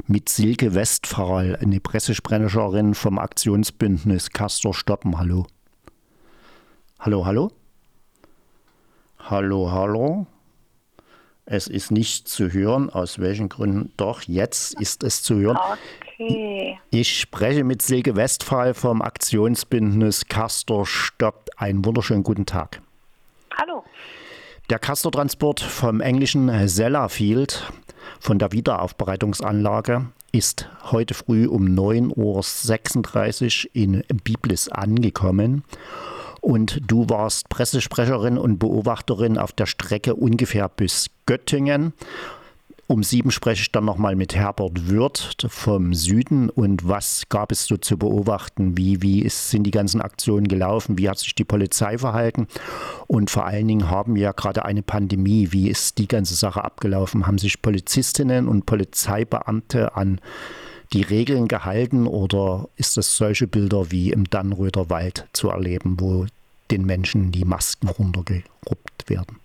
mit Silke Westphal, eine Pressesprecherin vom Aktionsbündnis Castor Stoppen. Hallo. Hallo, hallo? Hallo, hallo? Es ist nicht zu hören. Aus welchen Gründen? Doch, jetzt ist es zu hören. Okay. Ich spreche mit Silke Westphal vom Aktionsbündnis Castor Stoppt. Einen wunderschönen guten Tag. Hallo. Der Castor-Transport vom englischen Sellafield von der Wiederaufbereitungsanlage ist heute früh um 9:36 Uhr in Biblis angekommen. Und du warst Pressesprecherin und Beobachterin auf der Strecke ungefähr bis Göttingen. Um 7 spreche ich dann nochmal mit Herbert Würth vom Süden. Und was gab es so zu beobachten? Sind die ganzen Aktionen gelaufen? Wie hat sich die Polizei verhalten? Und vor allen Dingen haben wir ja gerade eine Pandemie. Wie ist die ganze Sache abgelaufen? Haben sich Polizistinnen und Polizeibeamte an die Regeln gehalten oder ist es solche Bilder wie im Dannröder Wald zu erleben, wo den Menschen die Masken runtergeruppt werden?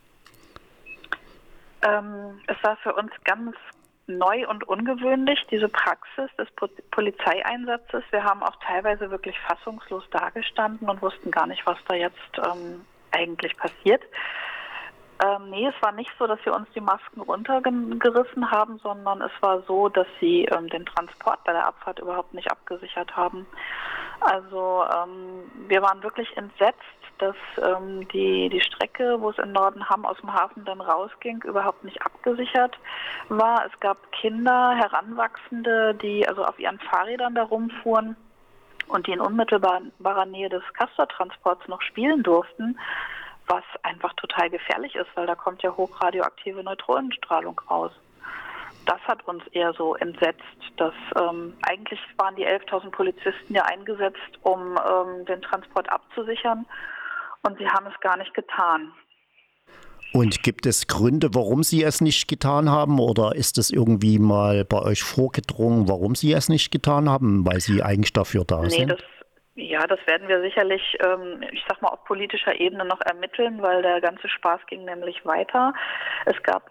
Es war für uns ganz neu und ungewöhnlich, diese Praxis des Polizeieinsatzes. Wir haben auch teilweise wirklich fassungslos dagestanden und wussten gar nicht, was da jetzt eigentlich passiert. Nee, es war nicht so, dass sie uns die Masken runtergerissen haben, sondern es war so, dass sie den Transport bei der Abfahrt überhaupt nicht abgesichert haben. Also wir waren wirklich entsetzt, dass die Strecke, wo es in Nordenham aus dem Hafen dann rausging, überhaupt nicht abgesichert war. Es gab Kinder, Heranwachsende, die also auf ihren Fahrrädern da rumfuhren und die in unmittelbarer Nähe des Castor-Transports noch spielen durften, was einfach total gefährlich ist, weil da kommt ja hochradioaktive Neutronenstrahlung raus. Das hat uns eher so entsetzt, dass eigentlich waren die 11.000 Polizisten ja eingesetzt, um den Transport abzusichern und sie haben es gar nicht getan. Und gibt es Gründe, warum Sie es nicht getan haben oder ist es irgendwie mal bei euch vorgedrungen, warum Sie es nicht getan haben, weil Sie eigentlich dafür da sind? Das werden wir sicherlich, ich sag mal, auf politischer Ebene noch ermitteln, weil der ganze Spaß ging nämlich weiter. Es gab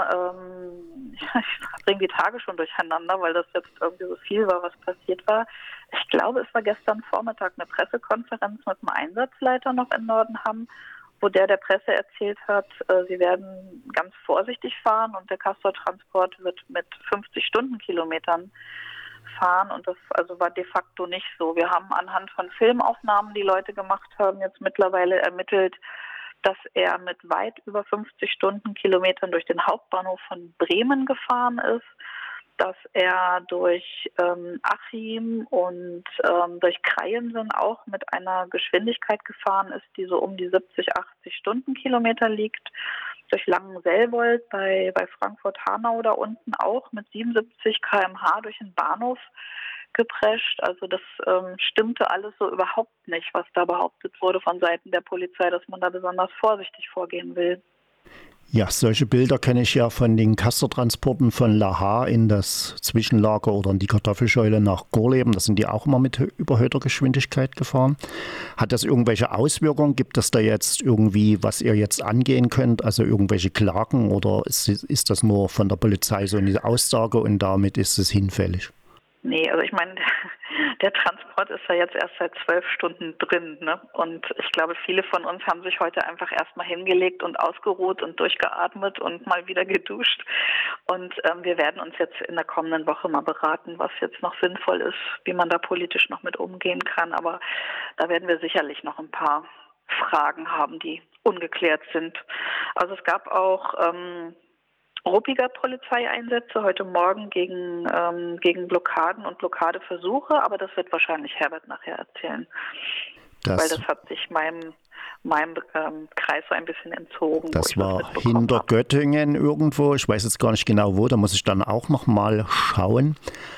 ich bringe die Tage schon durcheinander, weil das jetzt irgendwie so viel war, was passiert war. Ich glaube, es war gestern Vormittag eine Pressekonferenz mit dem Einsatzleiter noch in Nordenham, wo der Presse erzählt hat, sie werden ganz vorsichtig fahren und der Castor-Transport wird mit 50 Stundenkilometern fahren und das also war de facto nicht so. Wir haben anhand von Filmaufnahmen, die Leute gemacht haben, jetzt mittlerweile ermittelt, dass er mit weit über 50 Stundenkilometern durch den Hauptbahnhof von Bremen gefahren ist, dass er durch Achim und durch Kreiensen auch mit einer Geschwindigkeit gefahren ist, die so um die 70, 80 Stundenkilometer liegt. Durch Langenselbold bei Frankfurt-Hanau da unten auch mit 77 km/h durch den Bahnhof geprescht. Also das stimmte alles so überhaupt nicht, was da behauptet wurde von Seiten der Polizei, dass man da besonders vorsichtig vorgehen will. Ja, solche Bilder kenne ich ja von den Castor-Transporten von La Haar in das Zwischenlager oder in die Kartoffelscheune nach Gorleben. Da sind die auch immer mit überhöhter Geschwindigkeit gefahren. Hat das irgendwelche Auswirkungen? Gibt es da jetzt irgendwie, was ihr jetzt angehen könnt? Also irgendwelche Klagen oder ist das nur von der Polizei so eine Aussage und damit ist es hinfällig? Nee, also ich meine, der Transport ist ja jetzt erst seit 12 Stunden drin, ne? Und ich glaube, viele von uns haben sich heute einfach erstmal hingelegt und ausgeruht und durchgeatmet und mal wieder geduscht. Und wir werden uns jetzt in der kommenden Woche mal beraten, was jetzt noch sinnvoll ist, wie man da politisch noch mit umgehen kann. Aber da werden wir sicherlich noch ein paar Fragen haben, die ungeklärt sind. Also es gab auch ruppiger Polizeieinsätze heute Morgen gegen Blockaden und Blockadeversuche, aber das wird wahrscheinlich Herbert nachher erzählen, weil das hat sich meinem Kreis so ein bisschen entzogen. Das war hinter Göttingen irgendwo, ich weiß jetzt gar nicht genau wo, da muss ich dann auch noch mal schauen.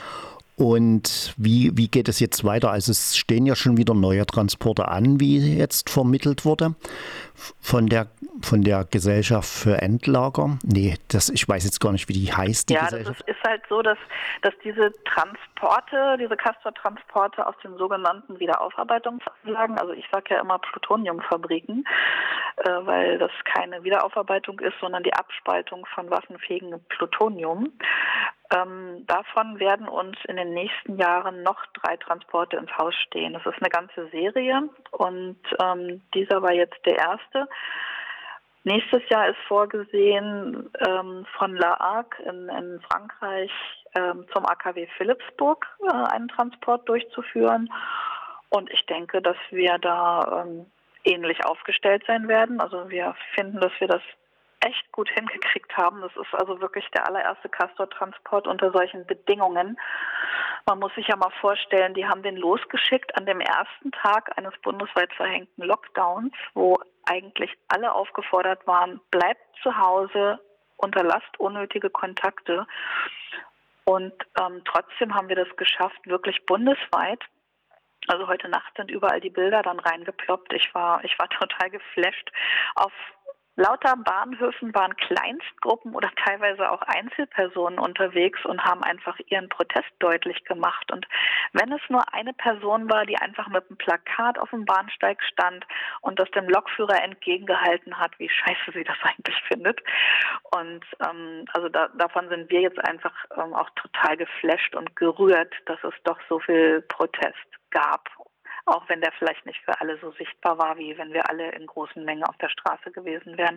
Und wie geht es jetzt weiter? Also es stehen ja schon wieder neue Transporte an, wie jetzt vermittelt wurde. Von der von der Gesellschaft für Endlager. Nee, ich weiß jetzt gar nicht, wie die heißt, die Gesellschaft. Ja, das ist halt so, dass diese Transporte, diese Castor-Transporte aus den sogenannten Wiederaufarbeitungsanlagen, also ich sage ja immer Plutoniumfabriken, weil das keine Wiederaufarbeitung ist, sondern die Abspaltung von waffenfähigem Plutonium. Davon werden uns in den nächsten Jahren noch 3 Transporte ins Haus stehen. Das ist eine ganze Serie und dieser war jetzt der erste. Nächstes Jahr ist vorgesehen, von La Hague in Frankreich zum AKW Philipsburg einen Transport durchzuführen. Und ich denke, dass wir da ähnlich aufgestellt sein werden. Also wir finden, dass wir das echt gut hingekriegt haben. Das ist also wirklich der allererste Castor-Transport unter solchen Bedingungen. Man muss sich ja mal vorstellen, die haben den losgeschickt an dem ersten Tag eines bundesweit verhängten Lockdowns, wo eigentlich alle aufgefordert waren, bleibt zu Hause, unterlasst unnötige Kontakte. Und trotzdem haben wir das geschafft, wirklich bundesweit. Also heute Nacht sind überall die Bilder dann reingeploppt. Ich war total geflasht. Auf lauter Bahnhöfen waren Kleinstgruppen oder teilweise auch Einzelpersonen unterwegs und haben einfach ihren Protest deutlich gemacht. Und wenn es nur eine Person war, die einfach mit einem Plakat auf dem Bahnsteig stand und das dem Lokführer entgegengehalten hat, wie scheiße sie das eigentlich findet. Und also davon sind wir jetzt einfach auch total geflasht und gerührt, dass es doch so viel Protest gab. Auch wenn der vielleicht nicht für alle so sichtbar war, wie wenn wir alle in großen Mengen auf der Straße gewesen wären.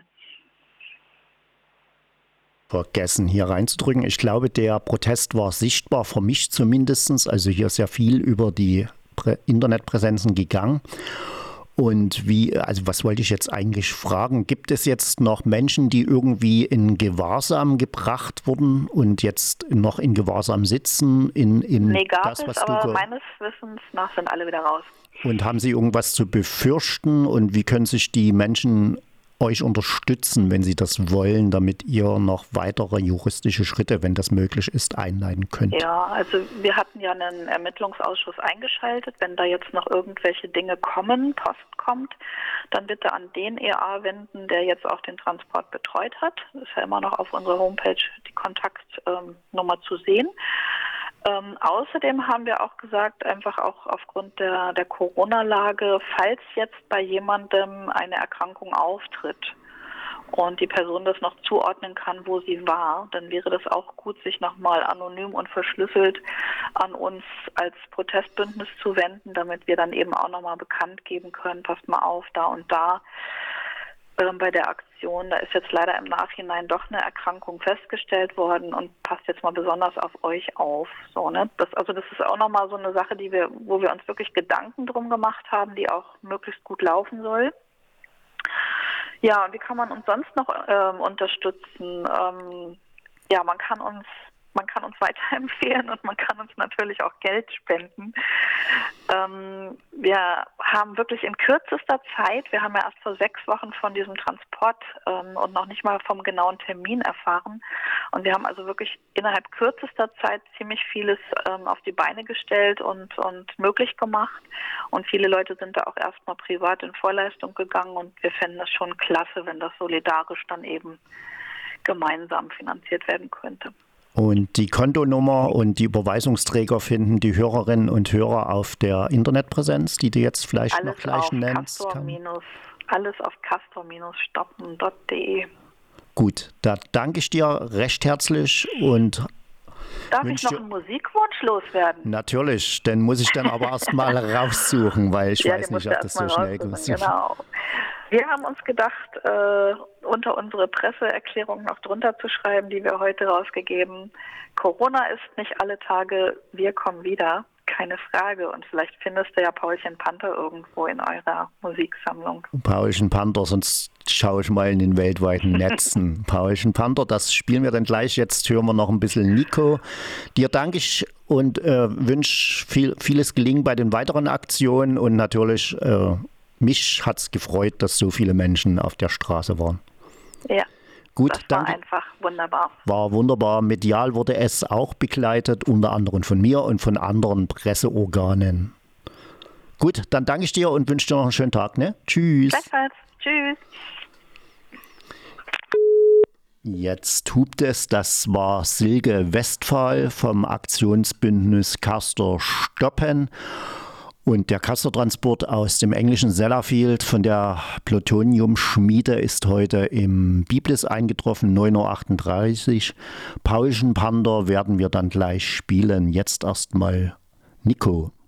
Vergessen hier reinzudrücken. Ich glaube, der Protest war sichtbar, für mich zumindest. Also hier ist ja viel über die Internetpräsenzen gegangen. Und was wollte ich jetzt eigentlich fragen? Gibt es jetzt noch Menschen, die irgendwie in Gewahrsam gebracht wurden und jetzt noch in Gewahrsam sitzen? Nee, gab es, aber meines Wissens nach sind alle wieder raus. Und haben Sie irgendwas zu befürchten? Und wie können sich die Menschen euch unterstützen, wenn sie das wollen, damit ihr noch weitere juristische Schritte, wenn das möglich ist, einleiten könnt? Ja, also wir hatten ja einen Ermittlungsausschuss eingeschaltet. Wenn da jetzt noch irgendwelche Dinge kommen, Post kommt, dann bitte an den EA wenden, der jetzt auch den Transport betreut hat. Das ist ja immer noch auf unserer Homepage die Kontaktnummer zu sehen. Außerdem haben wir auch gesagt, einfach auch aufgrund der Corona-Lage, falls jetzt bei jemandem eine Erkrankung auftritt und die Person das noch zuordnen kann, wo sie war, dann wäre das auch gut, sich nochmal anonym und verschlüsselt an uns als Protestbündnis zu wenden, damit wir dann eben auch nochmal bekannt geben können, passt mal auf, da und da. Bei der Aktion, da ist jetzt leider im Nachhinein doch eine Erkrankung festgestellt worden und passt jetzt mal besonders auf euch auf. So, ne? Das ist auch nochmal so eine Sache, wo wir uns wirklich Gedanken drum gemacht haben, die auch möglichst gut laufen soll. Ja, und wie kann man uns sonst noch unterstützen? Ja, man kann uns weiterempfehlen und man kann uns natürlich auch Geld spenden. Wir haben wirklich in kürzester Zeit, wir haben ja erst vor 6 Wochen von diesem Transport und noch nicht mal vom genauen Termin erfahren. Und wir haben also wirklich innerhalb kürzester Zeit ziemlich vieles auf die Beine gestellt und möglich gemacht. Und viele Leute sind da auch erstmal privat in Vorleistung gegangen und wir fänden das schon klasse, wenn das solidarisch dann eben gemeinsam finanziert werden könnte. Und die Kontonummer und die Überweisungsträger finden die Hörerinnen und Hörer auf der Internetpräsenz, die du jetzt vielleicht alles noch gleich nennst. Alles auf castor-stoppen.de. Gut, da danke ich dir recht herzlich und darf ich noch einen Musikwunsch loswerden? Natürlich, den muss ich dann aber erst mal raussuchen, weil ich weiß nicht, ob das so schnell geht. Genau. Wir haben uns gedacht, unter unsere Presseerklärung noch drunter zu schreiben, die wir heute rausgegeben. Corona ist nicht alle Tage, wir kommen wieder, keine Frage. Und vielleicht findest du ja Paulchen Panther irgendwo in eurer Musiksammlung. Paulchen Panther, sonst schaue ich mal in den weltweiten Netzen. Paulchen Panther, das spielen wir dann gleich. Jetzt hören wir noch ein bisschen Nico. Dir danke ich und wünsche vieles Gelingen bei den weiteren Aktionen und natürlich mich hat es gefreut, dass so viele Menschen auf der Straße waren. Ja, gut, das war einfach wunderbar. War wunderbar. Medial wurde es auch begleitet, unter anderem von mir und von anderen Presseorganen. Gut, dann danke ich dir und wünsche dir noch einen schönen Tag. Ne? Tschüss. Gleichfalls. Tschüss. Jetzt hupt es, das war Silke Westphal vom Aktionsbündnis Castor Stoppen. Und der Castor-Transport aus dem englischen Sellafield von der Plutonium-Schmiede ist heute im Biblis eingetroffen, 9:38 Uhr. Paulchen Panther werden wir dann gleich spielen. Jetzt erstmal Nico.